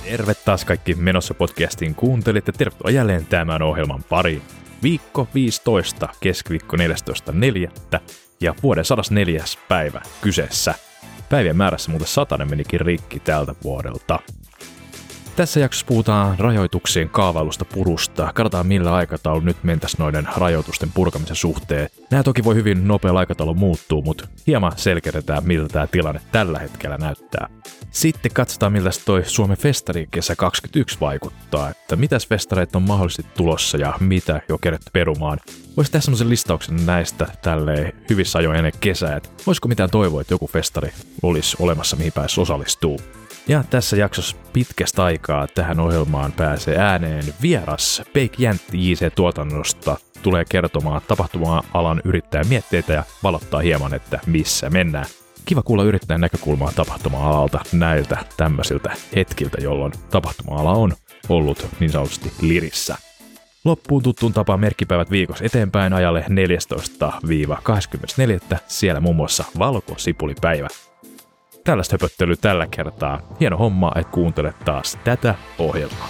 Terve taas kaikki Menossa podcastin kuuntelijat ja tervetuloa jälleen tämän ohjelman pariin. Viikko 15, keskiviikko 14.4. ja vuoden 104. päivä kyseessä. Päivien määrässä muuten 100 menikin rikki tältä vuodelta. Tässä jaksossa puhutaan rajoituksien kaavailusta purusta. Katsotaan millä aikataulu nyt mentäisi noiden rajoitusten purkamisen suhteen. Nämä toki voi hyvin nopealla aikataulu muuttuu, mutta hieman selkeytetään miltä tämä tilanne tällä hetkellä näyttää. Sitten katsotaan miltä toi Suomen festari kesä 2021 vaikuttaa, että mitäs festareita on mahdollisesti tulossa ja mitä jo kerätty perumaan. Voisi tehdä semmoisen listauksen näistä tälleen hyvissä ajoin ennen kesää, että voisiko mitään toivoa, että joku festari olisi olemassa mihin pääsisi osallistuu. Ja tässä jaksossa pitkästä aikaa tähän ohjelmaan pääsee ääneen vieras Peik Jäntti JC-tuotannosta. Tulee kertomaan tapahtuma-alan yrittäjän mietteitä ja valottaa hieman, että missä mennään. Kiva kuulla yrittäjän näkökulmaa tapahtuma-alalta näiltä tämmöisiltä hetkiltä, jolloin tapahtuma-ala on ollut niin sanotusti lirissä. Loppuun tuttuun tapaan merkkipäivät viikossa eteenpäin ajalle 14-24. Siellä muun muassa valkosipulipäivä. Tällaista höpöttelyä tällä kertaa. Hieno homma, että kuuntelet taas tätä ohjelmaa.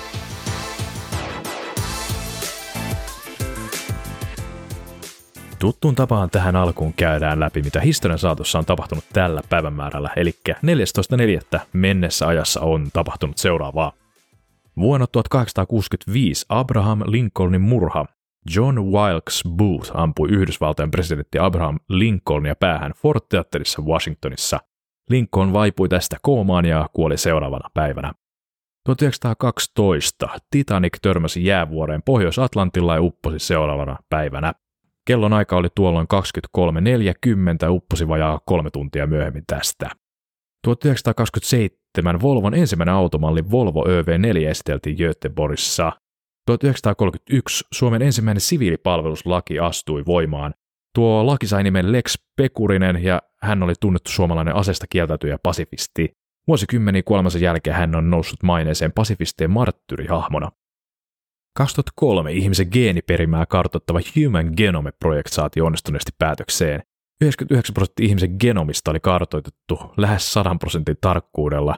Tuttuun tapaan tähän alkuun käydään läpi, mitä historian saatossa on tapahtunut tällä päivämäärällä, eli 14.4. mennessä ajassa on tapahtunut seuraavaa. Vuonna 1865 Abraham Lincolnin murha. John Wilkes Booth ampui Yhdysvaltain presidentti Abraham Lincolnia päähän Ford Theaterissa Washingtonissa. Lincoln vaipui tästä koomaan ja kuoli seuraavana päivänä. 1912 Titanic törmäsi jäävuoreen Pohjois-Atlantilla ja upposi seuraavana päivänä. Kellon aika oli tuolloin 23.40, upposi vajaa 3 tuntia myöhemmin tästä. 1927 Volvon ensimmäinen automalli Volvo ÖV4 esiteltiin Göteborgissa. 1931 Suomen ensimmäinen siviilipalveluslaki astui voimaan. Tuo laki sai nimen Lex Pekurinen ja hän oli tunnettu suomalainen aseesta kieltäytyjä pasifisti. Vuosikymmeniä kuolemansa jälkeen hän on noussut maineeseen pasifistien marttyyrihahmona. 2003 ihmisen geeniperimää kartoittava Human Genome Project saatiin onnistuneesti päätökseen. 99% ihmisen genomista oli kartoitettu lähes 100% tarkkuudella,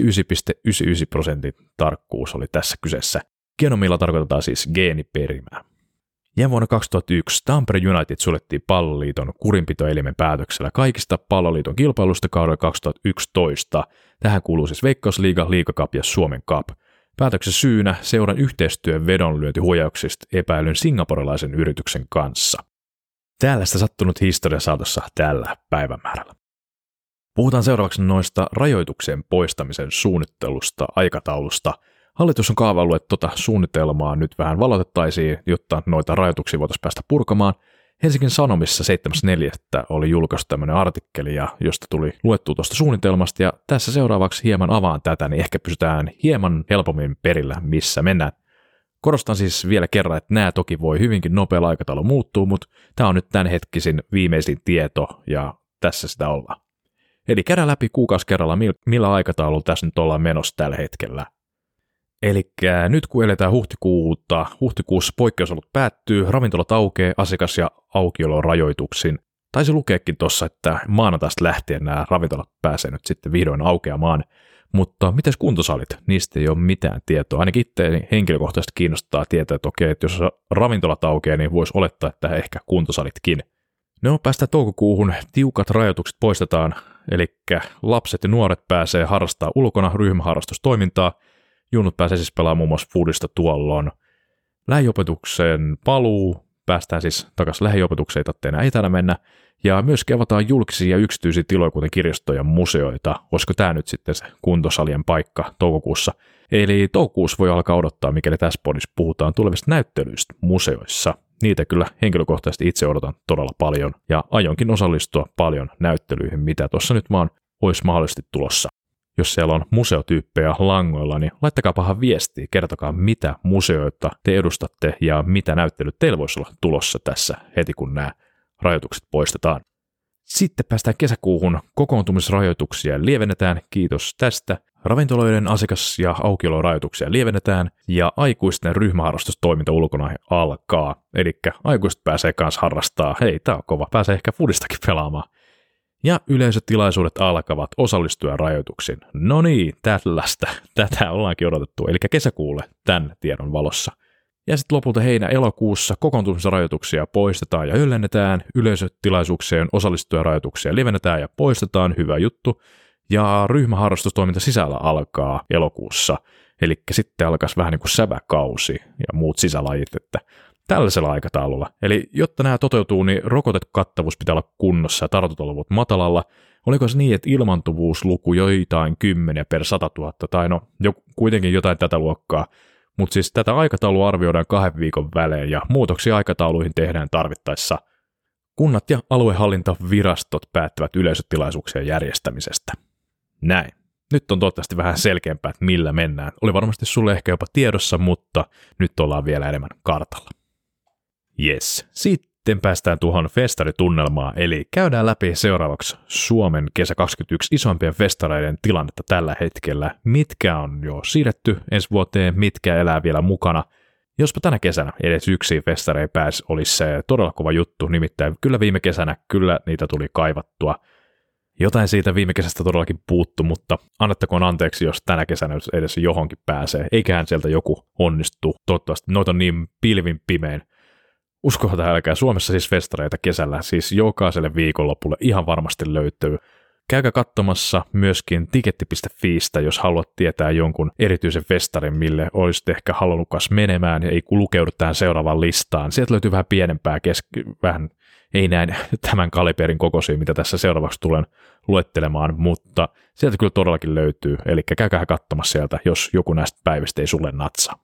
99,99% tarkkuus oli tässä kyseessä. Genomilla tarkoitetaan siis geeniperimää. Ja vuonna 2001 Tampere United suljettiin Palloliiton kurinpitoelimen päätöksellä kaikista Palloliiton kilpailusta kaudella 2011. Tähän kuuluu siis Veikkausliiga, Liiga Cup ja Suomen Cup. Päätöksen syynä seuran yhteistyön vedonlyöntihuijauksista epäilyn singaporilaisen yrityksen kanssa. Tällaista sattunut historian saatossa tällä päivämäärällä. Puhutaan seuraavaksi noista rajoituksien poistamisen suunnittelusta, aikataulusta. Hallitus on kaavaillut, että suunnitelmaa nyt vähän valotettaisiin, jotta noita rajoituksia voitaisiin päästä purkamaan. Helsingin Sanomissa 7.4. oli julkaistu tämmöinen artikkeli, josta tuli luettua tuosta suunnitelmasta, ja tässä seuraavaksi hieman avaan tätä, niin ehkä pysytään hieman helpommin perillä, missä mennään. Korostan siis vielä kerran, että nämä toki voi hyvinkin nopealla aikataulu muuttua, mutta tämä on nyt tämänhetkisin viimeisin tieto, ja tässä sitä ollaan. Eli käydään läpi kuukausi kerralla, millä aikataululla tässä nyt ollaan menossa tällä hetkellä. Eli nyt kun eletään huhtikuussa poikkeusolot päättyy, ravintolat aukeaa asiakas- ja aukiolorajoituksin. Taisi lukeekin tuossa, että maanantaista lähtien nämä ravintolat pääsee nyt sitten vihdoin aukeamaan. Mutta mites kuntosalit? Niistä ei ole mitään tietoa. Ainakin itse henkilökohtaisesti kiinnostaa tietää, että okei, että jos ravintolat aukeaa, niin voisi olettaa, että ehkä kuntosalitkin. No, päästään toukokuuhun, tiukat rajoitukset poistetaan, eli lapset ja nuoret pääsee harrastaa ulkona ryhmäharrastustoimintaa. Junnut pääsee siis pelaamaan muun muassa foodista tuolloin. Lähiopetuksen paluu, päästään siis takaisin lähiopetukseen, ei tarvitse enää etänä mennä. Ja myös avataan julkisia ja yksityisiä tiloja, kuten kirjastoja ja museoita. Olisiko tämä nyt sitten se kuntosalien paikka toukokuussa? Eli toukokuussa voi alkaa odottaa, mikäli tässä podissa puhutaan tulevista näyttelyistä museoissa. Niitä kyllä henkilökohtaisesti itse odotan todella paljon ja aionkin osallistua paljon näyttelyihin, mitä tuossa nyt vaan olisi mahdollisesti tulossa. Jos siellä on museotyyppejä langoilla, niin laittakapahan viestiä, kertokaa mitä museoita te edustatte ja mitä näyttelyt teillä voisi olla tulossa tässä heti kun nämä rajoitukset poistetaan. Sitten päästään kesäkuuhun, kokoontumisrajoituksia lievennetään, kiitos tästä. Ravintoloiden asiakas- ja aukiolorajoituksia lievennetään ja aikuisten ryhmäharrastustoiminta ulkona alkaa. Eli aikuiset pääsee kanssa harrastaa, hei tää on kova, pääsee ehkä foodistakin pelaamaan. Ja yleisötilaisuudet alkavat osallistujarajoituksiin. No niin, tällaista. Tätä ollaankin odotettu, eli kesäkuulle tämän tiedon valossa. Ja sitten lopulta heinä-elokuussa kokoontumisrajoituksia poistetaan ja yllennetään, yleisötilaisuuksien osallistujarajoituksia livennetään ja poistetaan, hyvä juttu. Ja ryhmäharrastustoiminta sisällä alkaa elokuussa, eli sitten alkaisi vähän niin kuin säväkausi ja muut sisälajit, että tällaisella aikataululla. Eli jotta nämä toteutuu, niin rokotekattavuus pitää olla kunnossa ja tartuntaluvut matalalla. Oliko se niin, että ilmantuvuusluku joitain 10 per 100 000, tai no kuitenkin jotain tätä luokkaa. Mutta siis tätä aikataulua arvioidaan 2 viikon välein ja muutoksia aikatauluihin tehdään tarvittaessa. Kunnat ja aluehallintavirastot päättävät yleisötilaisuuksien järjestämisestä. Näin. Nyt on toivottavasti vähän selkeämpää, että millä mennään. Oli varmasti sulle ehkä jopa tiedossa, mutta nyt ollaan vielä enemmän kartalla. Yes. Sitten päästään tuohon festaritunnelmaan, eli käydään läpi seuraavaksi Suomen kesä 2021 isompien festareiden tilannetta tällä hetkellä. Mitkä on jo siirretty ensi vuoteen, mitkä elää vielä mukana. Jospa tänä kesänä edes yksi festareja pääsi, olisi se todella kova juttu, nimittäin kyllä viime kesänä kyllä niitä tuli kaivattua. Jotain siitä viime kesästä todellakin puuttu, mutta annettakoon anteeksi, jos tänä kesänä edes johonkin pääsee. Eiköhän sieltä joku onnistu. Toivottavasti noita on niin pilvin pimein. Uskokaa tai älkää, Suomessa siis festareita kesällä, siis jokaiselle viikonlopulle ihan varmasti löytyy. Käykää katsomassa myöskin tiketti.fiistä, jos haluat tietää jonkun erityisen festarin, mille olisit ehkä halunnukas menemään ja ei lukeudu tähän seuraavaan listaan. Sieltä löytyy vähän pienempää, vähän ei näin tämän kaliberin kokoisia, mitä tässä seuraavaksi tulen luettelemaan, mutta sieltä kyllä todellakin löytyy, eli käykää katsomassa sieltä, jos joku näistä päivistä ei sulle natsaa.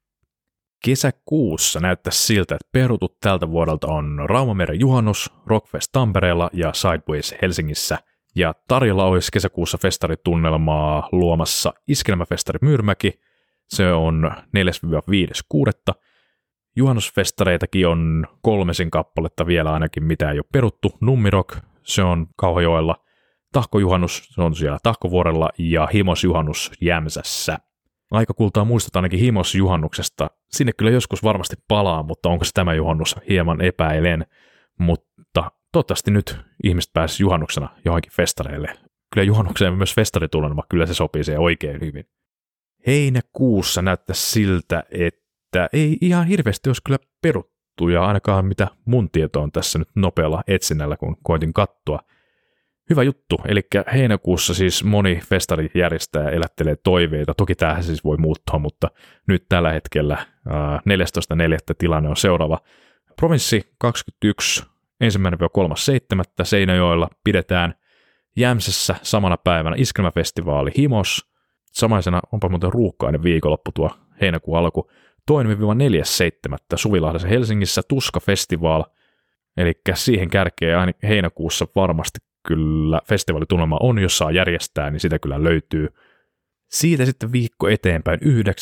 Kesäkuussa näyttäisi siltä, että perutut tältä vuodelta on Raumameren juhannus, Rockfest Tampereella ja Sideways Helsingissä. Ja tarjolla olisi kesäkuussa festaritunnelmaa luomassa Iskelmäfestari Myyrmäki. Se on 4.–5.6. Juhannusfestareitakin on 3 kappaletta vielä ainakin, mitä ei ole peruttu. Nummirock, se on Kauhajoella. Tahkojuhannus, se on siellä Tahkovuorella. Ja Himosjuhannus Jämsässä. Aika kultaa muistuttaa ainakin Himosjuhannuksesta. Sinne kyllä joskus varmasti palaa, mutta onko se tämä juhannus, hieman epäilen. Mutta toivottavasti nyt ihmiset pääsivät juhannuksena johonkin festareille. Kyllä juhannukseen myös festaritunnelma, kyllä se sopii siihen oikein hyvin. Heinäkuussa näyttäisi siltä, että ei ihan hirveästi olisi kyllä peruttu, ja ainakaan mitä mun tieto on tässä nyt nopealla etsinnällä, kun koitin katsoa. Hyvä juttu, eli heinäkuussa siis moni festarijärjestäjä elättelee toiveita. Toki tämähän siis voi muuttua, mutta nyt tällä hetkellä 14.4. tilanne on seuraava. Provinssi 21. 1.–3.7. Seinäjoella pidetään Jämsässä samana päivänä Iskelmäfestivaali Himos. Samaisena onpa muuten ruuhkainen viikonloppu tuo heinäkuun alku. 2.–4.7. Suvilahdessa Helsingissä Tuska-festivaal. Eli siihen kärkeen aina heinäkuussa varmasti kyllä festivaalitunnelma on, jos saa järjestää, niin sitä kyllä löytyy. Siitä sitten viikko eteenpäin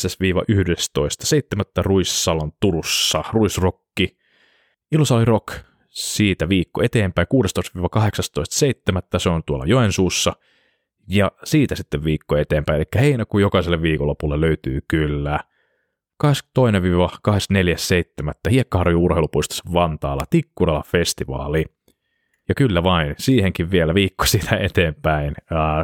9.–11.7. Ruissalon Turussa Ruisrokki. Ilosaari Rock. Siitä viikko eteenpäin 16.–18.7. se on tuolla Joensuussa. Ja siitä sitten viikko eteenpäin, eli heinäkuun jokaiselle viikonlopulle löytyy kyllä 22.–24.7. Hiekkaharjun urheilupuistossa Vantaalla Tikkurala festivaali. Ja kyllä vain, siihenkin vielä viikko siitä eteenpäin.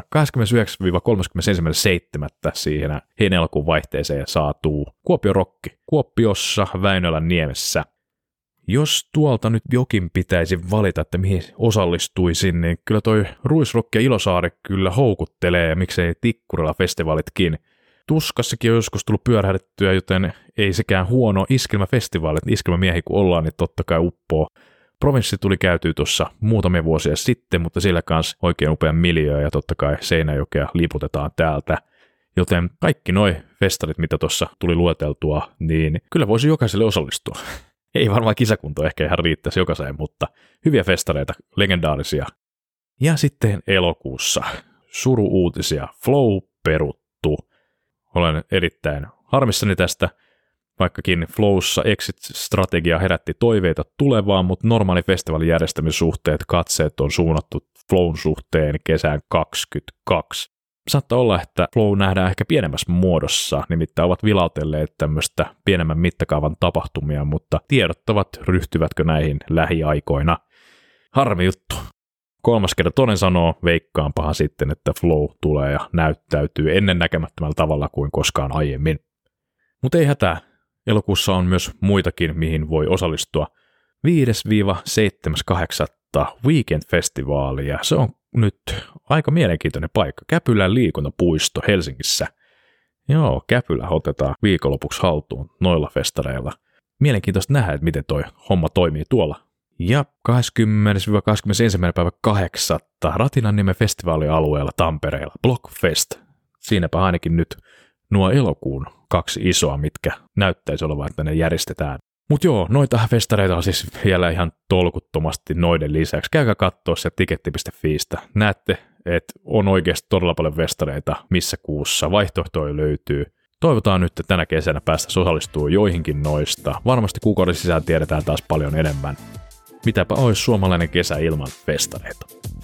29.–31.7. siihen heinä-elokuun vaihteeseen saatuu Kuopion Rokki Kuopiossa Väinölän Niemessä. Jos tuolta nyt jokin pitäisi valita, että mihin osallistuisin, niin kyllä toi Ruisrokki ja Ilosaari kyllä houkuttelee, ja miksei Tikkurila-festivalitkin. Tuskassakin on joskus tullut pyörähdettyä, joten ei sekään huono iskelmäfestivaali, että iskelmämiehiä kun ollaan, niin totta kai uppoo. Provinssi tuli käytyä tuossa muutamia vuosia sitten, mutta sillä kanssa oikein upea miljöö, ja totta kai Seinäjokea liputetaan täältä. Joten kaikki noi festarit, mitä tuossa tuli lueteltua, niin kyllä voisi jokaiselle osallistua. Ei varmaan kisakunto ehkä ihan riittäisi jokaiseen, mutta hyviä festareita, legendaarisia. Ja sitten elokuussa suru-uutisia, Flow peruttu. Olen erittäin harmissani tästä, vaikkakin Flowssa exit-strategia herätti toiveita tulevaan, mutta normaali festivaalin järjestämissuhteet, katseet on suunnattu Flown suhteen kesään 2022. Saattaa olla, että Flow nähdään ehkä pienemmässä muodossa, nimittäin ovat vilautelleet tämmöistä pienemmän mittakaavan tapahtumia, mutta tiedottavat ryhtyvätkö näihin lähiaikoina. Harmi juttu. Kolmas kerta toinen sanoo, veikkaanpahan sitten, että Flow tulee ja näyttäytyy ennennäkemättömällä tavalla kuin koskaan aiemmin. Mutta ei hätää, elokuussa on myös muitakin, mihin voi osallistua. 5-7.8. Weekend-festivaali, ja se on nyt aika mielenkiintoinen paikka. Käpylän liikuntapuisto Helsingissä. Joo, Käpylä otetaan viikonlopuksi haltuun noilla festareilla. Mielenkiintoista nähdä, että miten toi homma toimii tuolla. Ja 20-21.8. Ratinanniemen festivaalialueella Tampereella Blockfest. Siinäpä ainakin nyt nuo elokuun 2 isoa, mitkä näyttäisi olevan, että ne järjestetään. Mutta joo, noita festareita on siis vielä ihan tolkuttomasti noiden lisäksi. Käykää kattoo se tiketti.fiistä. Näette, että on oikeasti todella paljon festareita, missä kuussa. Vaihtoehtoja löytyy. Toivotaan nyt, että tänä kesänä päästä osallistua joihinkin noista. Varmasti kuukauden sisään tiedetään taas paljon enemmän. Mitäpä olisi suomalainen kesä ilman festareita.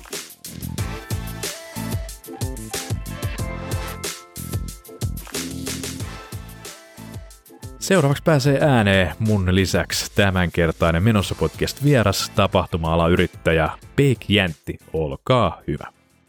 Seuraavaksi pääsee ääneen mun lisäksi tämänkertainen Menossa podcast vieras, tapahtuma-alan yrittäjä Big Jäntti, olkaa hyvä.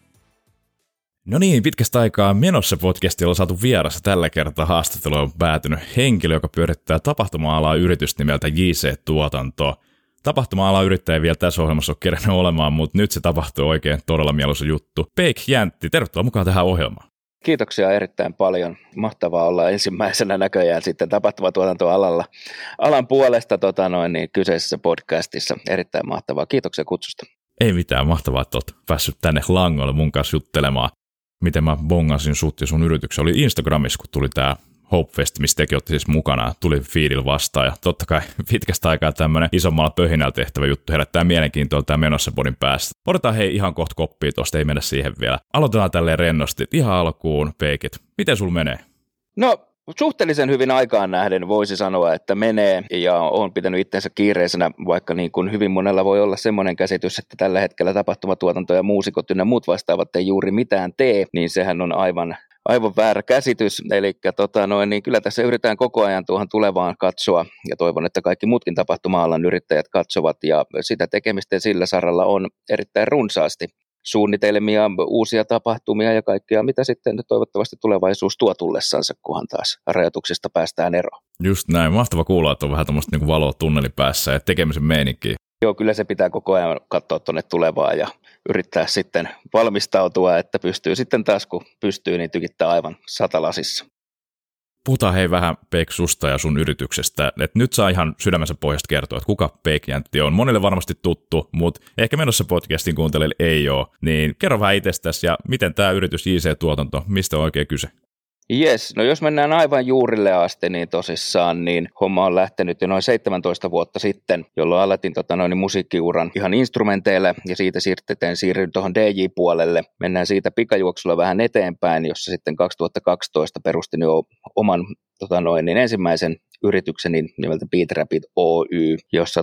No niin, pitkästä aikaa Menossa podcastilla on saatu vieras. Tällä kertaa haastatteluun on päätynyt henkilö, joka pyörittää tapahtuma-alan yritystä nimeltä JC-tuotanto. Tapahtuma-alan yrittäjä vielä tässä ohjelmassa on kerennyt olemaan, mutta nyt se tapahtuu oikein todella mieluisa juttu. Big Jäntti, tervetuloa mukaan tähän ohjelmaan. Kiitoksia erittäin paljon. Mahtavaa olla ensimmäisenä näköjään sitten tapahtumatuotantoalalla alan puolesta kyseisessä podcastissa. Erittäin mahtavaa. Kiitoksia kutsusta. Ei mitään, mahtavaa, että olet päässyt tänne langolle mun kanssa juttelemaan. Miten mä bongasin sut ja sun yrityksen. Oli Instagramissa, kun tuli tää Hopefest, mistä tekin otti siis mukana, tuli feedillä vastaan. Ja totta kai pitkästä aikaa tämmönen isommalla pöhinällä tehtävä juttu herättää mielenkiintoa tää Menossa podin päästä. Odotetaan hei ihan kohta koppia tosta, ei mennä siihen vielä. Aloitetaan tälleen rennosti. Ihan alkuun, Peikit. Miten sul menee? No, suhteellisen hyvin aikaan nähden voisi sanoa, että menee, ja olen pitänyt itsensä kiireisenä, vaikka niin kuin hyvin monella voi olla semmoinen käsitys, että tällä hetkellä tapahtumatuotanto ja muusikot ynnä muut vastaavat ei juuri mitään tee, niin sehän on aivan väärä käsitys, eli niin kyllä tässä yritetään koko ajan tuohon tulevaan katsoa, ja toivon, että kaikki muutkin tapahtuma-alan yrittäjät katsovat, ja sitä tekemistä sillä saralla on erittäin runsaasti. Suunnitelmia, uusia tapahtumia ja kaikkea, mitä sitten toivottavasti tulevaisuus tuo tullessansa, kunhan taas rajoituksista päästään eroon. Just näin, mahtava kuulla, että on vähän tämmöistä niin valoa tunnelin päässä ja tekemisen meininkiä. Joo, kyllä se pitää koko ajan katsoa tuonne tulevaan ja yrittää sitten valmistautua, että pystyy sitten taas kun pystyy, niin tykittää aivan satalasissa. Puhutaan hei vähän Peik susta ja sun yrityksestä, että nyt saa ihan sydämensä pohjasta kertoa, että kuka Big Jäntti on. Monille varmasti tuttu, mutta ehkä Menossa podcastin kuuntelijoille ei ole. Niin kerro vähän itsestäsi ja miten tämä yritys JC-tuotanto, mistä on oikein kyse? Jes, no jos mennään aivan juurille asti, niin tosissaan niin homma on lähtenyt jo noin 17 vuotta sitten, jolloin aloitin musiikkiuran ihan instrumenteille ja siitä siirryin tuohon DJ-puolelle. Mennään siitä pikajuoksulla vähän eteenpäin, jossa sitten 2012 perustin jo oman ensimmäisen yritykseni nimeltä Beat Rapid Oy, jossa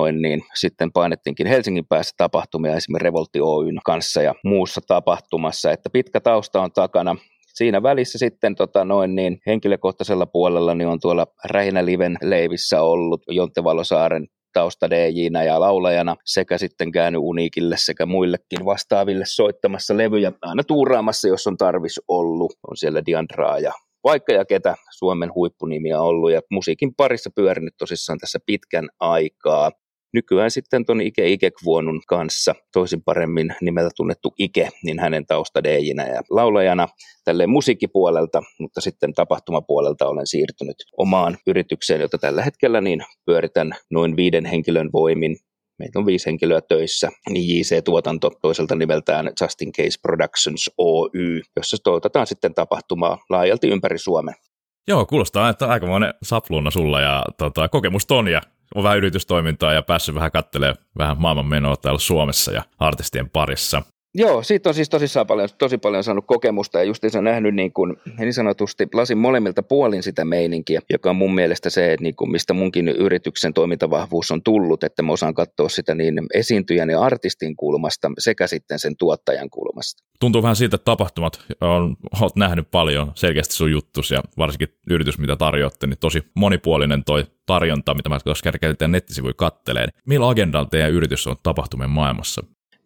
sitten painettiinkin Helsingin päässä tapahtumia esimerkiksi Revoltti Oyn kanssa ja muussa tapahtumassa, että pitkä tausta on takana. Siinä välissä sitten henkilökohtaisella puolella niin on tuolla Rähinä Liven leivissä ollut Jontte Valosaaren tausta DJ:nä ja laulajana sekä sitten käynyt Uniikille sekä muillekin vastaaville soittamassa levyjä aina tuuraamassa, jos on tarvis ollut. On siellä Diandraa ja vaikka ja ketä Suomen huippunimiä ollut ja musiikin parissa pyörinyt tosissaan tässä pitkän aikaa. Nykyään sitten tuon Ike Ikekvuonun kanssa, toisin paremmin nimeltä tunnettu Ike, niin hänen tausta DJ:nä ja laulajana tälleen musiikkipuolelta, mutta sitten tapahtumapuolelta olen siirtynyt omaan yritykseen, jota tällä hetkellä niin pyöritän noin 5 henkilön voimin. Meitä on 5 henkilöä töissä, niin JC-tuotanto toiselta nimeltään Just in Case Productions Oy, jossa toivotetaan sitten tapahtumaa laajalti ympäri Suomen. Joo, kuulostaa, että aikamoinen sapluuna sulla ja kokemusta on ja on vähän yritystoimintaa ja päässyt vähän katselemaan vähän maailmanmenoa täällä Suomessa ja artistien parissa. Joo, siitä on siis tosi paljon saanut kokemusta ja justiinsa nähnyt niin sanotusti lasin molemmilta puolin sitä meininkiä, joka on mun mielestä se, että mistä munkin yrityksen toimintavahvuus on tullut, että mä osaan katsoa sitä niin esiintyjän ja artistin kulmasta sekä sitten sen tuottajan kulmasta. Tuntuu vähän siitä, että tapahtumat olet nähnyt paljon selkeästi sun juttus ja varsinkin yritys, mitä tarjoatte, niin tosi monipuolinen toi tarjonta, mitä mä tuossa kärkkäytetään nettisivuja katteleen. Millä agendalla teidän yritys on tapahtumien maailmassa?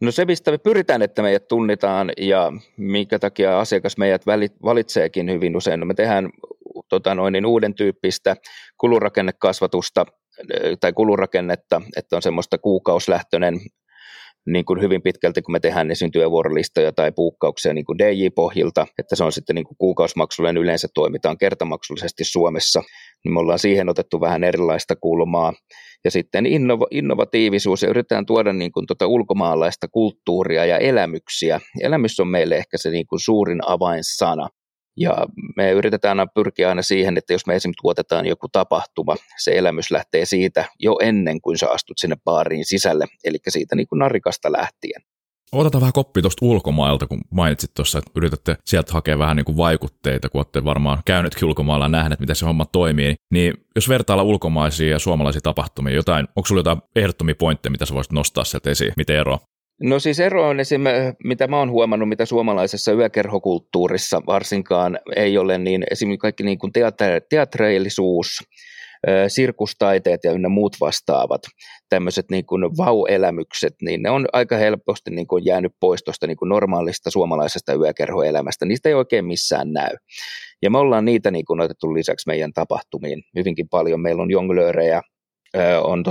No se, mistä me pyritään, että meidät tunnitaan ja minkä takia asiakas meidät valitseekin hyvin usein. No me tehdään uuden tyyppistä kulurakennekasvatusta tai kulurakennetta, että on semmoista kuukauslähtöinen, niin kuin hyvin pitkälti, kun me tehdään esimerkiksi työvuorolistoja tai puukkauksia niin kuin DJ-pohjilta, että se on sitten niin kuin kuukausimaksullinen, yleensä toimitaan kertamaksullisesti Suomessa, niin me ollaan siihen otettu vähän erilaista kulmaa. Ja sitten innovatiivisuus, ja yritetään tuoda niin kuin ulkomaalaista kulttuuria ja elämyksiä. Elämys on meille ehkä se niin kuin suurin avainsana. Ja me yritetään pyrkiä aina siihen, että jos me esimerkiksi tuotetaan joku tapahtuma, se elämys lähtee siitä jo ennen kuin sä astut sinne baariin sisälle, eli siitä niin kuin narikasta lähtien. Otetaan vähän koppi tuosta ulkomailta, kun mainitsit tuossa, että yritätte sieltä hakea vähän niin kuin vaikutteita, kun olette varmaan käynytkin ulkomailla ja nähneet, miten se homma toimii. Niin jos vertailla ulkomaisia ja suomalaisia tapahtumia, onko sulla jotain ehdottomia pointteja, mitä sä voisit nostaa sieltä esiin? Miten ero? No siis ero on esimerkiksi, mitä mä oon huomannut, mitä suomalaisessa yökerhokulttuurissa varsinkaan ei ole, niin esimerkiksi kaikki niin kuin teatreellisuus, sirkustaiteet ja ynnä muut vastaavat, tämmöiset niin kuin vau-elämykset, niin ne on aika helposti niin kuin jäänyt pois tuosta niin kuin normaalista suomalaisesta yökerhoelämästä. Niistä ei oikein missään näy. Ja me ollaan niitä niin kuin otettu lisäksi meidän tapahtumiin hyvinkin paljon. Meillä on jonglöörejä, on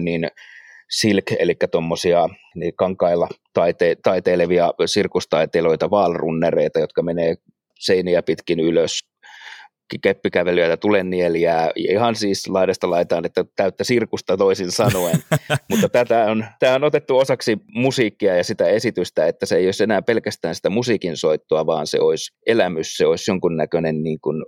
silk, eli tuommoisia niin kankailla taiteilevia sirkustaiteilijoita, vaalrunnereita, jotka menee seiniä pitkin ylös, keppikävelyä, tulennieliä, ihan siis laidasta laitaan, että täyttä sirkusta toisin sanoen, mutta tämä on otettu osaksi musiikkia ja sitä esitystä, että se ei olisi enää pelkästään sitä musiikin soittoa, vaan se olisi elämys, se olisi jonkunnäköinen niin kuin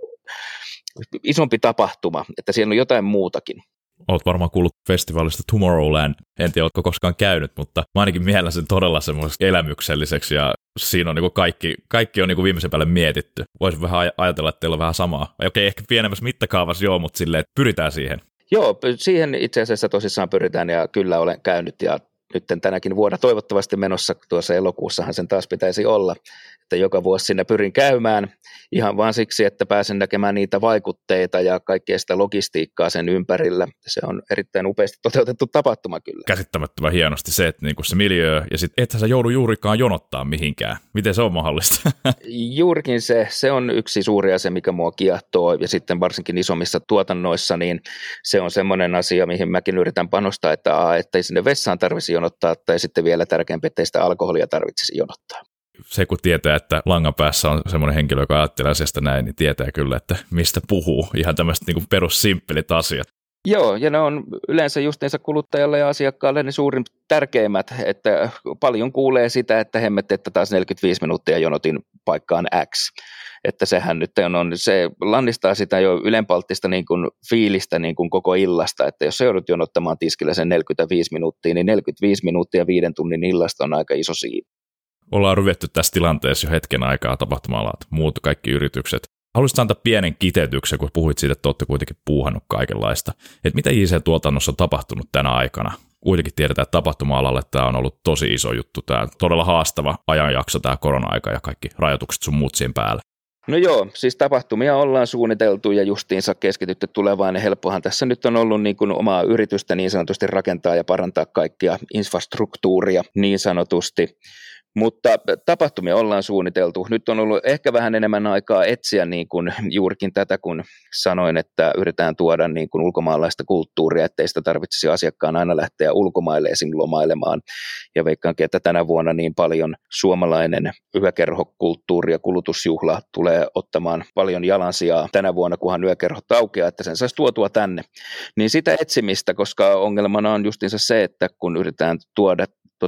isompi tapahtuma, että siellä on jotain muutakin. Olet varmaan kuullut festivaalista Tomorrowland, en tiedä, oletko koskaan käynyt, mutta mä ainakin mielen sen todella semmoiseksi elämykselliseksi ja siinä on niin kuin kaikki on niin kuin viimeisen päälle mietitty. Voisin vähän ajatella, että teillä on vähän samaa. Okei, ehkä pienemmässä mittakaavassa joo, mutta silleen, että pyritään siihen. Joo, siihen itse asiassa tosissaan pyritään ja kyllä olen käynyt ja nyt tänäkin vuonna toivottavasti menossa, tuossa elokuussahan sen taas pitäisi olla, että joka vuosi sinne pyrin käymään ihan vaan siksi, että pääsen näkemään niitä vaikutteita ja kaikkea sitä logistiikkaa sen ympärillä. Se on erittäin upeasti toteutettu tapahtuma kyllä. Käsittämättömän hienosti se, että niinku se miljöö ja sitten ethän sä joudu juurikaan jonottaa mihinkään. Miten se on mahdollista? Juurikin se on yksi suuri asia, mikä mua kiehtoo ja sitten varsinkin isommissa tuotannoissa, niin se on semmoinen asia, mihin mäkin yritän panostaa, että ei sinne vessaan tarvitsisi jonottaa tai sitten vielä tärkeämpi, ettei sitä alkoholia tarvitsisi jonottaa. Se kun tietää, että langan päässä on semmoinen henkilö, joka ajattelee asiasta näin, niin tietää kyllä, että mistä puhuu. Ihan tämmöiset niin kuin perussimppelit asiat. Joo, ja ne on yleensä justiinsa kuluttajalle ja asiakkaalle ne suurin tärkeimmät, että paljon kuulee sitä, että hemmet, että taas 45 minuuttia jonotin paikkaan X. Että sehän nyt se lannistaa sitä jo ylenpalttista niin kuin fiilistä niin kuin koko illasta, että jos sä joudut jonottamaan tiskillä sen 45 minuuttia, niin 45 minuuttia 5 tunnin illasta on aika iso siivi. Ollaan ryvetty tässä tilanteessa jo hetken aikaa tapahtuma-alat, muut kaikki yritykset. Haluaisit antaa pienen kiteytyksen, kun puhuit siitä, että olette kuitenkin puuhannut kaikenlaista. Että mitä JC-tuotannossa on tapahtunut tänä aikana? Kuitenkin tiedetään, että tapahtuma-alalle tämä on ollut tosi iso juttu. Tämä todella haastava ajanjakso, tämä korona-aika ja kaikki rajoitukset sun muut siihen päälle. No joo, siis tapahtumia ollaan suunniteltu ja justiinsa keskitytty tulevaan. Ja helppohan tässä nyt on ollut niin kuin omaa yritystä niin sanotusti rakentaa ja parantaa kaikkia infrastruktuuria niin sanotusti. Mutta tapahtumia ollaan suunniteltu. Nyt on ollut ehkä vähän enemmän aikaa etsiä niin kuin juurikin tätä, kun sanoin, että yritetään tuoda niin kuin ulkomaalaista kulttuuria, ettei sitä tarvitsisi asiakkaan aina lähteä ulkomaille esim. Lomailemaan. Ja veikkaankin, että tänä vuonna niin paljon suomalainen yökerhokulttuuri ja kulutusjuhla tulee ottamaan paljon jalansijaa tänä vuonna, kunhan yökerhot aukeaa, että sen saisi tuotua tänne. Niin sitä etsimistä, koska ongelmana on justiinsa se, että kun yritetään tuoda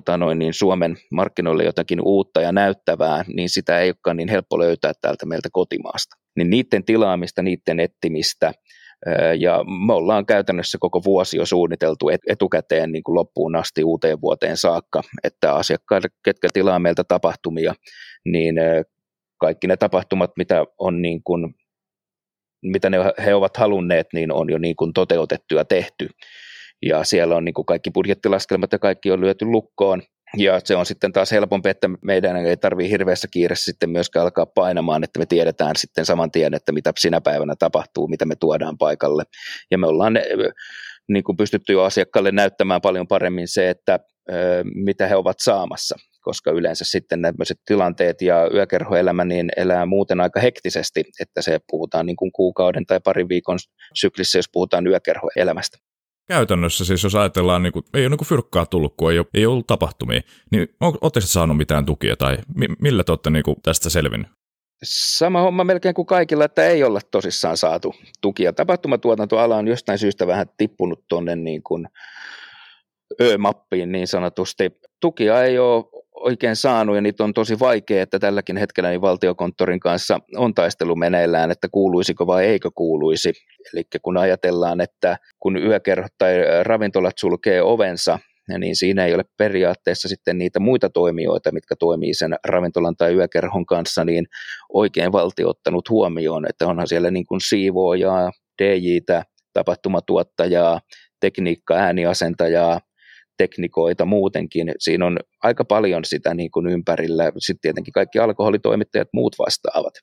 Suomen markkinoille jotakin uutta ja näyttävää, niin sitä ei olekaan niin helppo löytää täältä meiltä kotimaasta. Niin niiden tilaamista, niiden etsimistä, ja me ollaan käytännössä koko vuosi jo suunniteltu etukäteen niin kuin loppuun asti uuteen vuoteen saakka, että asiakkaille, ketkä tilaa meiltä tapahtumia, niin kaikki ne tapahtumat, mitä on niin kuin, mitä he ovat halunneet, niin on jo niin kuin toteutettu ja tehty. Ja siellä on niin kuin kaikki budjettilaskelmat ja kaikki on lyöty lukkoon. Ja se on sitten taas helpompi, että meidän ei tarvitse hirveässä kiireessä sitten myöskään alkaa painamaan, että me tiedetään sitten saman tien, että mitä sinä päivänä tapahtuu, mitä me tuodaan paikalle. Ja me ollaan niin kuin pystytty jo asiakkaalle näyttämään paljon paremmin se, että mitä he ovat saamassa, koska yleensä sitten tämmöiset tilanteet ja yökerhoelämä niin elää muuten aika hektisesti, että se puhutaan niin kuin kuukauden tai parin viikon syklissä, jos puhutaan yökerhoelämästä. Käytännössä siis, jos ajatellaan, niin kuin, ei ole niin kuin fyrkkaa tullut, kun ei ollut tapahtumia, niin oletteko saanut mitään tukia tai millä te olette niin kuin tästä selvinnyt? Sama homma melkein kuin kaikilla, että ei olla tosissaan saatu tukia. Tapahtumatuotantoala on jostain syystä vähän tippunut tuonne niin kuin Ö-mappiin niin sanotusti. Tukia ei ole oikein saanut ja niitä on tosi vaikea, että tälläkin hetkellä niin Valtiokonttorin kanssa on taistelu meneillään, että kuuluisiko vai eikö kuuluisi. Eli kun ajatellaan, että kun yökerhot tai ravintolat sulkee ovensa, niin siinä ei ole periaatteessa sitten niitä muita toimijoita, mitkä toimii sen ravintolan tai yökerhon kanssa, niin oikein valtio ottanut huomioon, että onhan siellä niin kuin siivoojaa, DJ:tä, tapahtumatuottajaa, tekniikka, ääniasentajaa, teknikoita muutenkin. Siinä on aika paljon sitä niin kuin ympärillä, sitten tietenkin kaikki alkoholitoimittajat, muut vastaavat.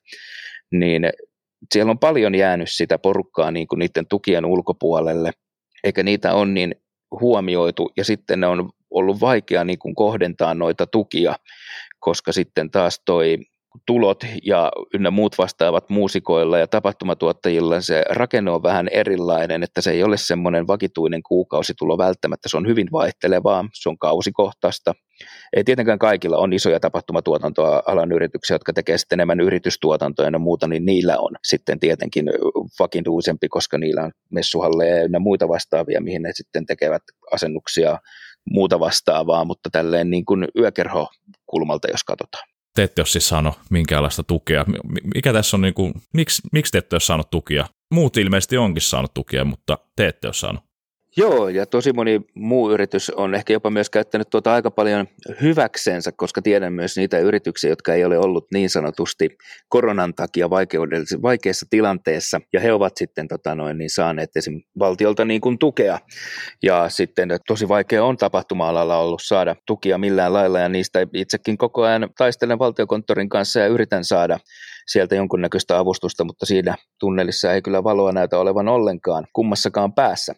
Niin siellä on paljon jäänyt sitä porukkaa niin kuin niiden tukien ulkopuolelle, eikä niitä ole niin huomioitu, ja sitten ne on ollut vaikea niin kuin kohdentaa noita tukia, koska sitten taas toi tulot ja ynnä muut vastaavat muusikoilla ja tapahtumatuottajilla se rakenne on vähän erilainen, että se ei ole semmoinen vakituinen kuukausitulo välttämättä, se on hyvin vaihtelevaa, se on kausikohtaista. Ei tietenkään kaikilla on isoja tapahtumatuotantoalan yrityksiä, jotka tekee sitten enemmän yritystuotantoja ja muuta, niin niillä on sitten tietenkin vakituisempi, koska niillä on messuhalleja ja muita vastaavia, mihin ne sitten tekevät asennuksia, muuta vastaavaa, mutta tälleen niin kuin yökerhokulmalta, jos katsotaan. Te ette ole siis saanut minkäänlaista tukea. Mikä tässä on, niin kuin, miksi te ette ole saanut tukia? Muut ilmeisesti onkin saanut tukia, mutta te ette ole saanut. Joo, ja tosi moni muu yritys on ehkä jopa myös käyttänyt aika paljon hyväksensä, koska tiedän myös niitä yrityksiä, jotka ei ole ollut niin sanotusti koronan takia vaikeassa tilanteessa, ja he ovat sitten niin saaneet esimerkiksi valtiolta niin kuin tukea, ja sitten tosi vaikea on tapahtuma-alalla ollut saada tukia millään lailla, ja niistä itsekin koko ajan taistelen Valtiokonttorin kanssa ja yritän saada sieltä jonkunnäköistä avustusta, mutta siinä tunnelissa ei kyllä valoa näytä olevan ollenkaan kummassakaan päässä.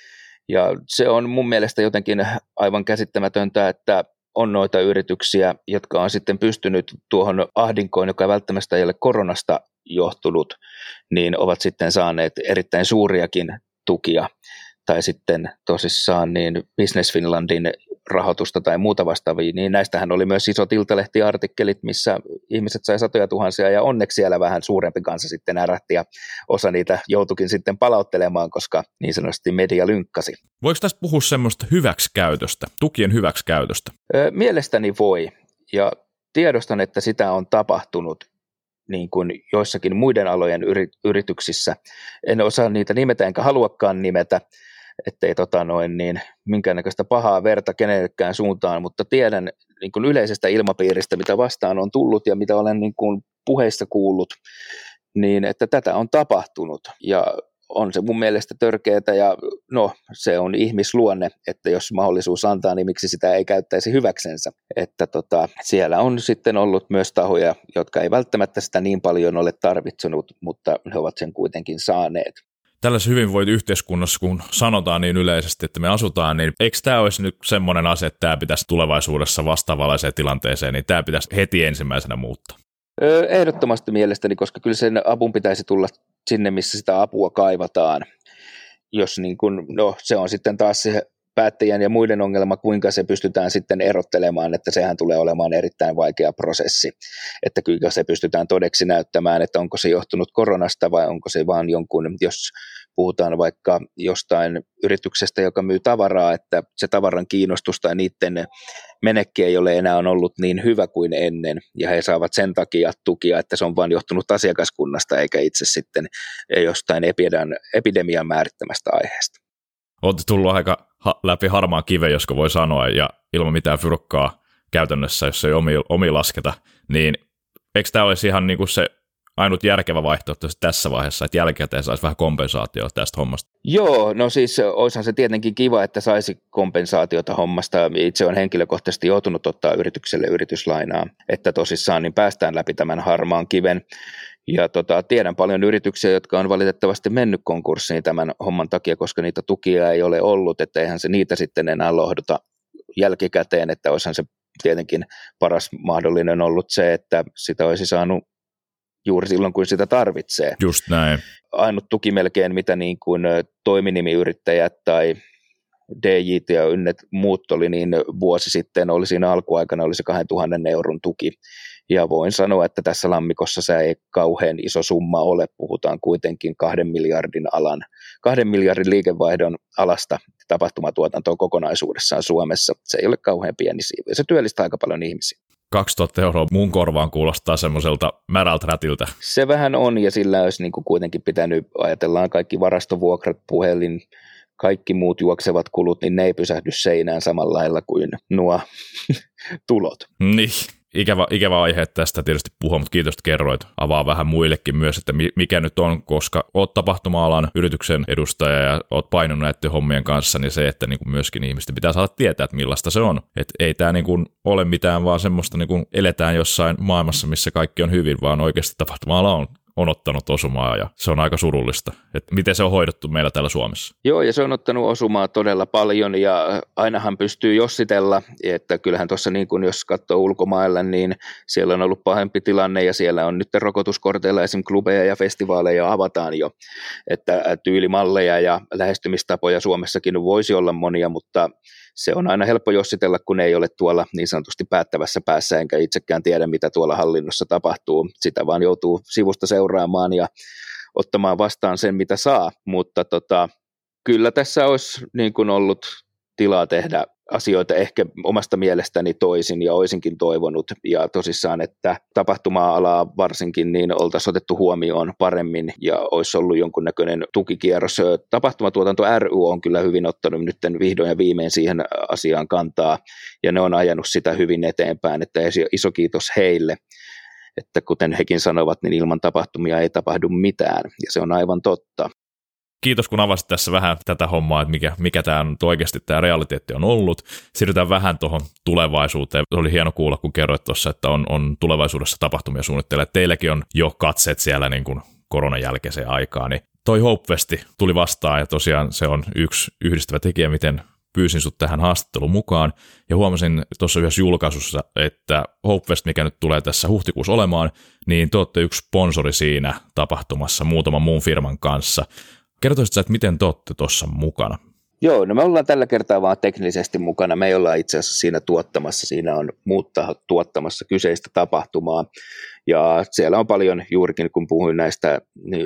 Ja se on mun mielestä jotenkin aivan käsittämätöntä, että on noita yrityksiä, jotka on sitten pystynyt tuohon ahdinkoon, joka välttämättä ei ole koronasta johtunut, niin ovat sitten saaneet erittäin suuriakin tukia. Tai sitten tosissaan niin Business Finlandin rahoitusta tai muuta vastaavia, niin näistähän oli myös isot iltalehtiartikkelit, missä ihmiset sai satoja tuhansia, ja onneksi siellä vähän suurempi kansa sitten ärähti, ja osa niitä joutuikin sitten palauttelemaan, koska niin sanotusti media lynkkasi. Voiko tästä puhua semmoista hyväksikäytöstä, tukien hyväksikäytöstä? Mielestäni voi, ja tiedostan, että sitä on tapahtunut niin kuin joissakin muiden alojen yrityksissä. En osaa niitä nimetä, enkä haluakaan nimetä, ettei minkäännäköistä pahaa verta kenellekään suuntaan, mutta tiedän niin kuin yleisestä ilmapiiristä, mitä vastaan on tullut ja mitä olen niin kuin puheissa kuullut, niin että tätä on tapahtunut, ja on se mun mielestä törkeätä, ja no, se on ihmisluonne, että jos mahdollisuus antaa, niin miksi sitä ei käyttäisi hyväksensä. Että siellä on sitten ollut myös tahoja, jotka ei välttämättä sitä niin paljon ole tarvitsenut, mutta he ovat sen kuitenkin saaneet. Tällaisessa hyvinvointiyhteiskunnassa, kun sanotaan niin yleisesti, että me asutaan, niin eikö tämä olisi nyt semmoinen asia, että tämä pitäisi tulevaisuudessa vastaavanlaiseen tilanteeseen, niin tämä pitäisi heti ensimmäisenä muuttaa? Ehdottomasti mielestäni, koska kyllä sen avun pitäisi tulla sinne, missä sitä apua kaivataan. Jos niin kun, no, se on sitten taas se päättäjän ja muiden ongelma, kuinka se pystytään sitten erottelemaan, että sehän tulee olemaan erittäin vaikea prosessi. Että kyllä se pystytään todeksi näyttämään, että onko se johtunut koronasta vai onko se vaan jonkun, jos puhutaan vaikka jostain yrityksestä, joka myy tavaraa, että se tavaran kiinnostus tai niiden menekki ei ole enää ollut niin hyvä kuin ennen, ja he saavat sen takia tukia, että se on vain johtunut asiakaskunnasta, eikä itse sitten jostain epidemian määrittämästä aiheesta. Olette tullut aika läpi harmaan kiven, josko voi sanoa, ja ilman mitään fyrkkaa käytännössä, jos ei omi lasketa, niin eikö tämä olisi ihan niin kuin se ainut järkevä vaihtoehto tässä vaiheessa, että jälkikäteen saisi vähän kompensaatiota tästä hommasta? Joo, no siis olisihan se tietenkin kiva, että saisi kompensaatiota hommasta. Itse olen henkilökohtaisesti joutunut ottaa yritykselle yrityslainaa, että tosissaan niin päästään läpi tämän harmaan kiven. Ja tiedän paljon yrityksiä, jotka on valitettavasti mennyt konkurssiin tämän homman takia, koska niitä tukia ei ole ollut, että eihän se niitä sitten enää lohduta jälkikäteen, että olisihan se tietenkin paras mahdollinen ollut se, että sitä olisi saanut juuri silloin, kun sitä tarvitsee. Just näin. Ainut tuki melkein, mitä niin kuin toiminimiyrittäjät tai DJt ja muut oli, niin vuosi sitten oli siinä alkuaikana oli se 2 000 euron tuki. Ja voin sanoa, että tässä lammikossa se ei kauhean iso summa ole. Puhutaan kuitenkin 2 miljardin liikevaihdon alasta tapahtumatuotantoa kokonaisuudessaan Suomessa. Se ei ole kauhean pieni siivu. Se työllistää aika paljon ihmisiä. 2000 € mun korvaan kuulostaa semmoiselta märältä rätiltä. Se vähän on, ja sillä olisi niin kuin kuitenkin pitänyt, ajatellaan kaikki varastovuokrat, puhelin, kaikki muut juoksevat kulut, niin ne ei pysähdy seinään samalla lailla kuin nuo tulot. Niin, ikävä aihe tästä tietysti puhua, mutta kiitos, että kerroit. Avaa vähän muillekin myös, että mikä nyt on, koska oot tapahtuma-alan yrityksen edustaja ja oot painunut näiden hommien kanssa, niin se, että niin kuin myöskin ihmisten pitää saada tietää, että millaista se on. Että ei tämä niin kuin ole mitään vaan semmoista, niin kuin eletään jossain maailmassa, missä kaikki on hyvin, vaan oikeasti tapahtuma-ala on ottanut osumaa ja se on aika surullista. Että miten se on hoidettu meillä täällä Suomessa? Joo, ja se on ottanut osumaa todella paljon ja ainahan pystyy jossitella, että kyllähän tuossa niin kuin jos katsoo ulkomailla, niin siellä on ollut pahempi tilanne ja siellä on nyt rokotuskorteilla esim. Klubeja ja festivaaleja avataan jo, että tyylimalleja ja lähestymistapoja Suomessakin voisi olla monia, mutta se on aina helppo jossitella, kun ei ole tuolla niin sanotusti päättävässä päässä, enkä itsekään tiedä, mitä tuolla hallinnossa tapahtuu. Sitä vaan joutuu sivusta seuraamaan ja ottamaan vastaan sen, mitä saa, mutta kyllä tässä olisi niin kuin ollut tilaa tehdä asioita ehkä omasta mielestäni toisin ja olisinkin toivonut ja tosissaan, että tapahtuma-alaa varsinkin niin oltaisiin otettu huomioon paremmin ja olisi ollut jonkunnäköinen tukikierros. Tapahtumatuotanto ry on kyllä hyvin ottanut nyt vihdoin ja viimein siihen asiaan kantaa ja ne on ajanut sitä hyvin eteenpäin, että iso kiitos heille. Että kuten hekin sanovat, niin ilman tapahtumia ei tapahdu mitään ja se on aivan totta. Kiitos, kun avasit tässä vähän tätä hommaa, että mikä tämä on oikeasti tämä realiteetti on ollut. Siirrytään vähän tuohon tulevaisuuteen. Oli hieno kuulla, kun kerroit tuossa, että on tulevaisuudessa tapahtumia suunnitteilla. Teilläkin on jo katseet siellä niin kuin koronan jälkeiseen aikaan. Niin toi Hopefesti tuli vastaan ja tosiaan se on yksi yhdistävä tekijä, miten pyysin sut tähän haastatteluun mukaan. Ja huomasin tuossa yhdessä julkaisussa, että Hopefest, mikä nyt tulee tässä huhtikuussa olemaan, niin te olette yksi sponsori siinä tapahtumassa muutaman muun firman kanssa. Kertoisit sä, että miten te olette tuossa mukana? Joo, no me ollaan tällä kertaa vaan teknisesti mukana. Me ei olla itse asiassa siinä tuottamassa. Siinä on muut tahot tuottamassa kyseistä tapahtumaa. Ja siellä on paljon juurikin, kun puhuin näistä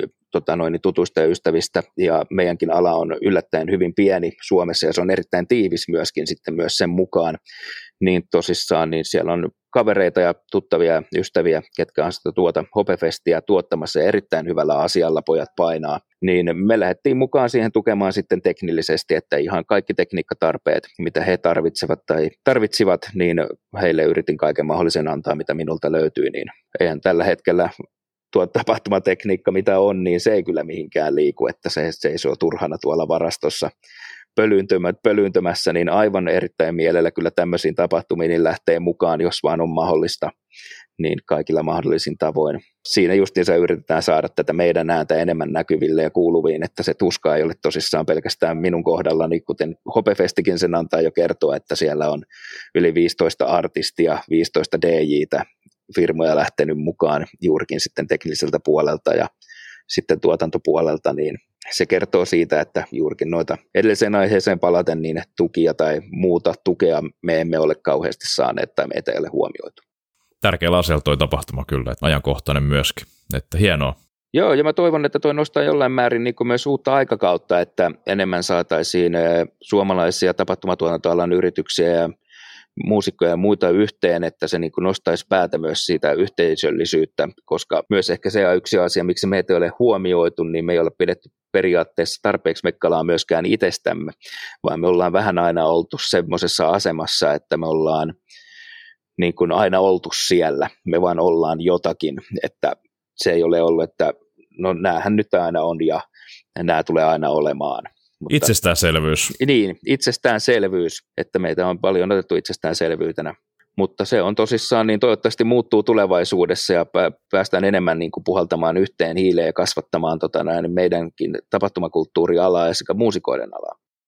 tutuista ja ystävistä. Ja meidänkin ala on yllättäen hyvin pieni Suomessa ja se on erittäin tiivis myöskin sitten myös sen mukaan. Niin tosissaan niin siellä on kavereita ja tuttavia ystäviä, ketkä on sitä Hopefestiä tuottamassa ja erittäin hyvällä asialla pojat painaa, niin me lähdettiin mukaan siihen tukemaan sitten teknillisesti, että ihan kaikki tekniikkatarpeet, mitä he tarvitsivat, niin heille yritin kaiken mahdollisen antaa, mitä minulta löytyi, niin eihän tällä hetkellä tuo tapahtumatekniikka, mitä on, niin se ei kyllä mihinkään liiku, että se seisoo turhana tuolla varastossa pölyyntymässä, niin aivan erittäin mielellä kyllä tämmöisiin tapahtumiin niin lähtee mukaan, jos vaan on mahdollista, niin kaikilla mahdollisin tavoin. Siinä justiinsa yritetään saada tätä meidän ääntä enemmän näkyville ja kuuluviin, että se tuska ei ole tosissaan pelkästään minun kohdallani, kuten Hopefestikin sen antaa jo kertoa, että siellä on yli 15 artistia, 15 DJtä, firmoja lähtenyt mukaan juurikin sitten tekniseltä puolelta ja sitten tuotantopuolelta, niin se kertoo siitä, että juurikin noita edelliseen aiheeseen palaten, niin tukia tai muuta tukea me emme ole kauheasti saaneet tai meitä ei ole huomioitu. Tärkeällä asialla toi tapahtuma kyllä, että ajankohtainen myöskin, että hienoa. Joo, ja mä toivon, että toi nostaa jollain määrin niin kuin myös uutta aikakautta, että enemmän saataisiin suomalaisia tapahtumatuotantoalan yrityksiä ja muusikkoja ja muita yhteen, että se niin kuin nostaisi päätä myös siitä yhteisöllisyyttä, koska myös ehkä se on yksi asia, miksi meitä ei ole huomioitu, niin me ei ole pidetty periaatteessa tarpeeksi mekkalaa myöskään itsestämme, vaan me ollaan vähän aina oltu semmoisessa asemassa, että me ollaan niin kuin aina oltu siellä, me vaan ollaan jotakin, että se ei ole ollut, että no näähän nyt aina on ja nämä tulee aina olemaan. Mutta, itsestäänselvyys. Niin, itsestäänselvyys, että meitä on paljon otettu itsestäänselvyytenä, mutta se on tosissaan, niin toivottavasti muuttuu tulevaisuudessa ja päästään enemmän niin kuin puhaltamaan yhteen hiileen ja kasvattamaan meidänkin tapahtumakulttuurialaa ja sekä muusikoiden alaa.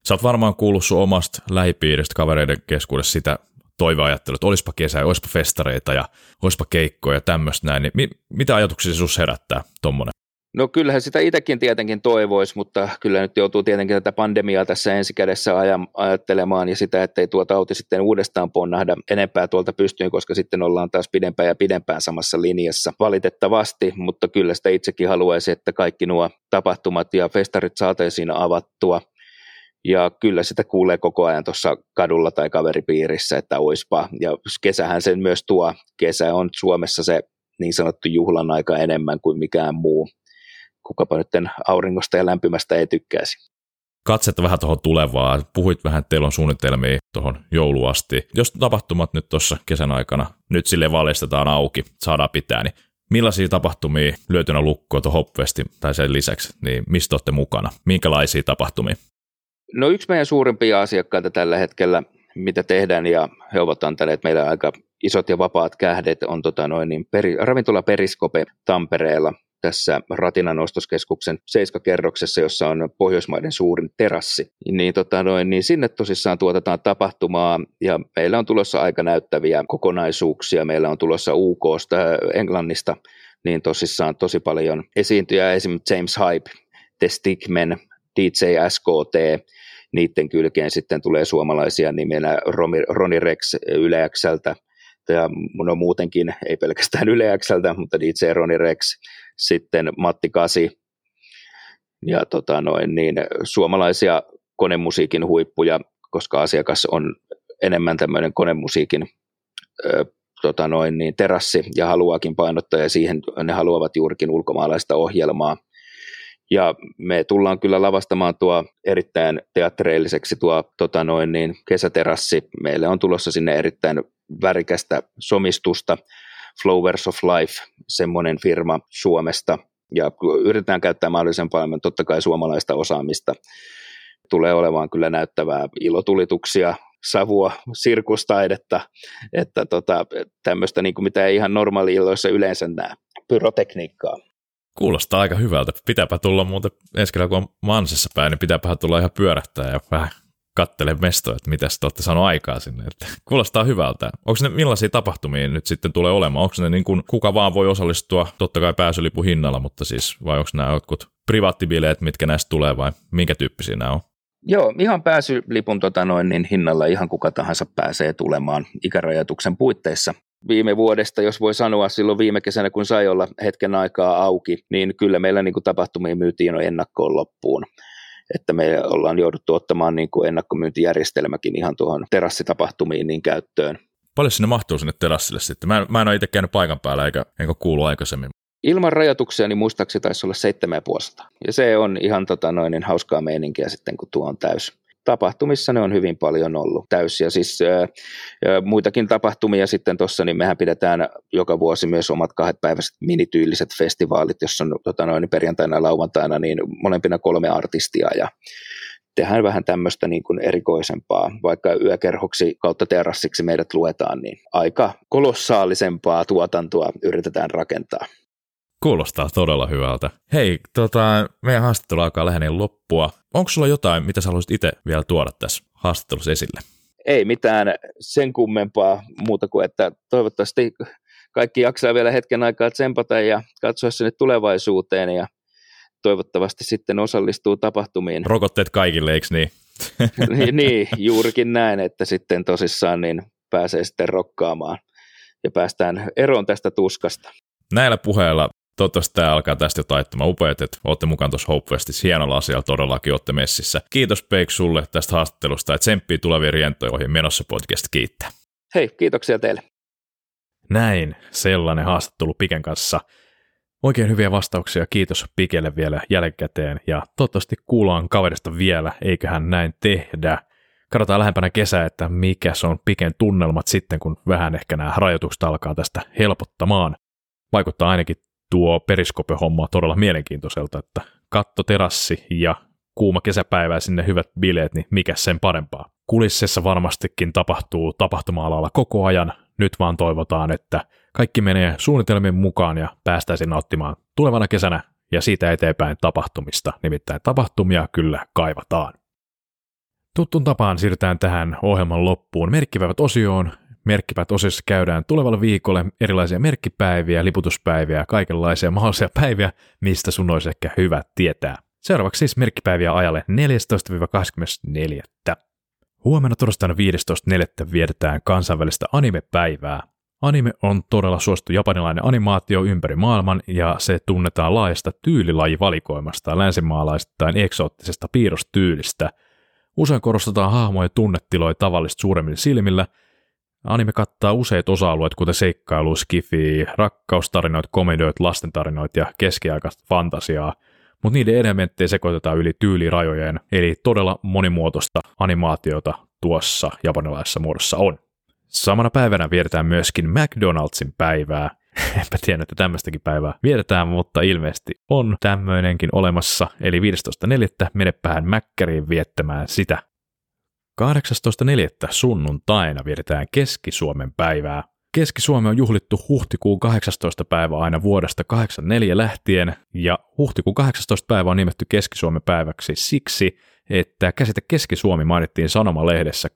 Sä oot varmaan kuullut sun omasta lähipiiristä kavereiden keskuudessa sitä toiveajattelua, että olisipa kesä ja olisipa festareita ja olisipa keikkoja ja tämmöistä näin. Niin mitä ajatuksia se sus herättää tommonen? No kyllähän sitä itsekin tietenkin toivoisi, mutta kyllä nyt joutuu tietenkin tätä pandemiaa tässä ensikädessä ajattelemaan ja sitä, että ei tuo tauti sitten uudestaan ponnahda enempää tuolta pystyyn, koska sitten ollaan taas pidempään ja pidempään samassa linjassa valitettavasti, mutta kyllä sitä itsekin haluaisi, että kaikki nuo tapahtumat ja festarit saataisiin avattua. Ja kyllä sitä kuulee koko ajan tuossa kadulla tai kaveripiirissä, että oispa. Ja kesähän sen myös tuo. Kesä on Suomessa se niin sanottu juhlan aika enemmän kuin mikään muu. Kukapa nyt auringosta ja lämpimästä ei tykkäisi. Katsetta vähän tuohon tulevaan. Puhuit vähän, että teillä on suunnitelmia tuohon jouluun asti. Jos tapahtumat nyt tuossa kesän aikana nyt sille valjastetaan auki, saadaan pitää, niin millaisia tapahtumia löytynä lukkoon tuon Hopefestin tai sen lisäksi, niin mistä olette mukana? Minkälaisia tapahtumia? No yksi meidän suurimpia asiakkaita tällä hetkellä, mitä tehdään, ja he ovat antaneet meille aika isot ja vapaat kähdet, on ravintola Periskope Tampereella tässä Ratinan ostoskeskuksen 7-kerroksessa, jossa on Pohjoismaiden suurin terassi. Niin sinne tosissaan tuotetaan tapahtumaa, ja meillä on tulossa aika näyttäviä kokonaisuuksia. Meillä on tulossa UK:sta, Englannista, niin tosissaan tosi paljon esiintyjä, esimerkiksi James Hype, The Stickmen, DJ SKT, niiden kylkeen sitten tulee suomalaisia nimenä Roni Rex Yle X:ltä, ja no muutenkin, ei pelkästään Yle X:ltä, mutta DJ Roni Rex, sitten Matti Kasi, ja suomalaisia konemusiikin huippuja, koska asiakas on enemmän tämmöinen konemusiikin terassi, ja haluaakin painottaa, ja siihen ne haluavat juurikin ulkomaalaista ohjelmaa. Ja me tullaan kyllä lavastamaan tuo erittäin teattereelliseksi tuo kesäterassi. Meille on tulossa sinne erittäin värikästä somistusta. Flowers of Life, semmoinen firma Suomesta. Ja yritetään käyttää mahdollisen paljon totta kai suomalaista osaamista. Tulee olemaan kyllä näyttävää ilotulituksia, savua, sirkustaidetta, että tämmöistä niin kuin mitä ei ihan normaali-illoissa yleensä näe, pyrotekniikkaa. Kuulostaa aika hyvältä. Pitääpä tulla muuten, ensi kerralla kun on Mansessa päin, niin pitääpä tulla ihan pyörähtää ja vähän katsele mestoja, että mitä te olette saanut aikaa sinne. Että kuulostaa hyvältä. Onko ne millaisia tapahtumia nyt sitten tulee olemaan? Onko ne niin kuin kuka vaan voi osallistua, totta kai pääsylipun hinnalla, mutta siis vai onko nämä jotkut privaattibileet, mitkä näistä tulee vai minkä tyyppisiä nämä on? Joo, ihan pääsylipun hinnalla ihan kuka tahansa pääsee tulemaan ikärajoituksen puitteissa. Viime vuodesta, jos voi sanoa, silloin viime kesänä, kun sai olla hetken aikaa auki, niin kyllä meillä niin kuin tapahtumia myytiin jo ennakkoon loppuun. Että me ollaan jouduttu ottamaan niin kuin ennakkomyyntijärjestelmäkin ihan tuohon terassitapahtumiin niin käyttöön. Paljon sinne mahtuu sinne terassille sitten? Mä en ole itse käynyt paikan päällä enkä kuulu aikaisemmin. Ilman rajoituksia niin muistaakseni taisi olla 7,5. Ja se on ihan hauskaa meininkiä sitten, kun tuo on täys. Tapahtumissa ne on hyvin paljon ollut täys, ja siis muitakin tapahtumia sitten tuossa, niin mehän pidetään joka vuosi myös omat 2-päiväiset minityyliset festivaalit, jossa on perjantaina ja lauantaina niin molempina 3 artistia, ja tehdään vähän tämmöistä niin kuin erikoisempaa, vaikka yökerhoksi kautta terassiksi meidät luetaan, niin aika kolossaalisempaa tuotantoa yritetään rakentaa. Kuulostaa todella hyvältä. Hei, meidän haastattelu alkaa lähenee loppua. Onko sulla jotain, mitä sä haluaisit itse vielä tuoda tässä haastattelussa esille? Ei mitään sen kummempaa muuta kuin, että toivottavasti kaikki jaksaa vielä hetken aikaa tsempata ja katsoa sinne tulevaisuuteen ja toivottavasti sitten osallistuu tapahtumiin. Rokotteet kaikille, eikö niin? Niin, juurikin näin, että sitten tosissaan niin pääsee sitten rokkaamaan ja päästään eroon tästä tuskasta. Näillä puheilla toivottavasti tämä alkaa tästä jo taittamaan. Upeat, että olette mukaan tuossa Hopefestissä. Hienolla asialla todellakin olette messissä. Kiitos Peik sulle tästä haastattelusta ja tsemppii tulevien rientoihin. Menossa podcast kiittää. Hei, kiitoksia teille. Näin, sellainen haastattelu Piken kanssa. Oikein hyviä vastauksia. Kiitos Pikelle vielä jälkikäteen ja toivottavasti kuullaan kaverista vielä, eiköhän näin tehdä. Katsotaan lähempänä kesää, että mikä se on Piken tunnelmat sitten, kun vähän ehkä nämä rajoitukset alkaa tästä helpottamaan. Vaikuttaa ainakin tuo Periskope-homma todella mielenkiintoiselta, että kattoterassi ja kuuma kesäpäivä sinne hyvät bileet, niin mikä sen parempaa. Kulississa varmastikin tapahtuu tapahtuma-alalla koko ajan. Nyt vaan toivotaan, että kaikki menee suunnitelmien mukaan ja päästäisiin nauttimaan tulevana kesänä ja siitä eteenpäin tapahtumista. Nimittäin tapahtumia kyllä kaivataan. Tuttuun tapaan siirrytään tähän ohjelman loppuun merkkipäivät-osioon. Merkkipäivät-osiossa käydään tulevalle viikolle erilaisia merkkipäiviä, liputuspäiviä, kaikenlaisia mahdollisia päiviä, mistä sun olisi ehkä hyvä tietää. Seuraavaksi siis merkkipäiviä ajalle 14-24. Huomenna torstaina 15.4. vietetään kansainvälistä anime-päivää. Anime on todella suosittu japanilainen animaatio ympäri maailman ja se tunnetaan laajasta tyylilajivalikoimasta länsimaalaisittain eksoottisesta piirrostyylistä. Usein korostetaan hahmojen tunnetiloja tavallista suuremmilla silmillä. Anime kattaa useat osa-alueet, kuten seikkailu, skifi, rakkaustarinoit, komedioit, lastentarinoit ja keskiaikaista fantasiaa, mutta niiden elementtejä sekoitetaan yli tyylirajojen, eli todella monimuotoista animaatiota tuossa japanilaisessa muodossa on. Samana päivänä vietetään myöskin McDonald'sin päivää. Enpä tiedä, että tämmöistäkin päivää vietetään, mutta ilmeisesti on tämmöinenkin olemassa, eli 15.4. meneppähän Mäkkäriin viettämään sitä. 18.4. sunnuntaina vietetään Keski-Suomen päivää. Keski-Suomi on juhlittu huhtikuun 18. päivä aina vuodesta 1984 lähtien, ja huhtikuun 18. päivä on nimetty Keski-Suomen päiväksi siksi, että käsite Keski-Suomi mainittiin Sanoma-lehdessä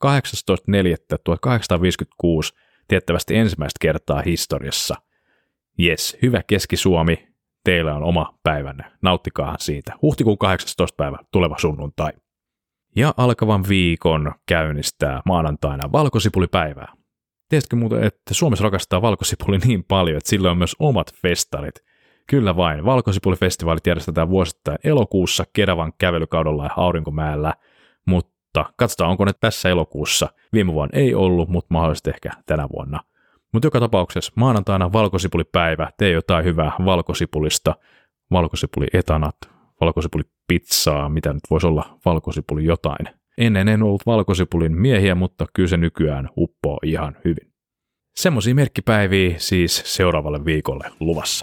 18.4.1856 tiettävästi ensimmäistä kertaa historiassa. Jes, hyvä Keski-Suomi, teillä on oma päivänne, nauttikaahan siitä. Huhtikuun 18. päivä, tuleva sunnuntai. Ja alkavan viikon käynnistää maanantaina valkosipulipäivää. Tiesitkö muuten, että Suomessa rakastaa valkosipuli niin paljon, että sillä on myös omat festarit? Kyllä vain, valkosipulifestivaalit järjestetään vuosittain elokuussa Keravan kävelykaudella ja Aurinkomäellä, mutta katsotaan onko ne tässä elokuussa. Viime vuonna ei ollut, mutta mahdollisesti ehkä tänä vuonna. Mutta joka tapauksessa maanantaina valkosipulipäivä, tee jotain hyvää valkosipulista, valkosipulietanat, valkosipulipizzaa, mitä nyt voisi olla valkosipuli jotain. Ennen en ollut valkosipulin miehiä, mutta kyllä se nykyään uppoo ihan hyvin. Semmoisia merkkipäiviä siis seuraavalle viikolle luvassa.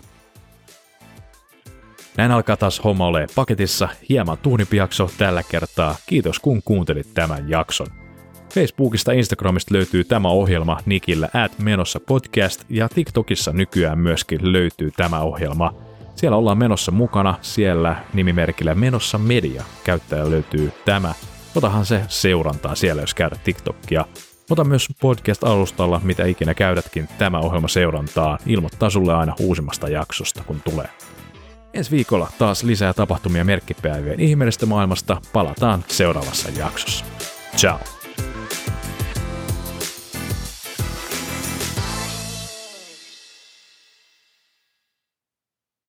Näin alkaa taas homma olemaan paketissa, hieman tuhnimpi jakso tällä kertaa. Kiitos kun kuuntelit tämän jakson. Facebookista ja Instagramista löytyy tämä ohjelma nikillä @menossapodcast ja TikTokissa nykyään myöskin löytyy tämä ohjelma. Siellä ollaan menossa mukana, siellä nimimerkillä Menossa Media. Käyttäjä löytyy tämä. Otahan se seurantaa siellä, jos käydät TikTokia. Ota myös podcast-alustalla, mitä ikinä käydätkin tämä ohjelma seurantaa. Ilmoittaa sulle aina uusimmasta jaksosta, kun tulee. Ensi viikolla taas lisää tapahtumia merkkipäivien ihmeellisestä maailmasta. Palataan seuraavassa jaksossa. Ciao!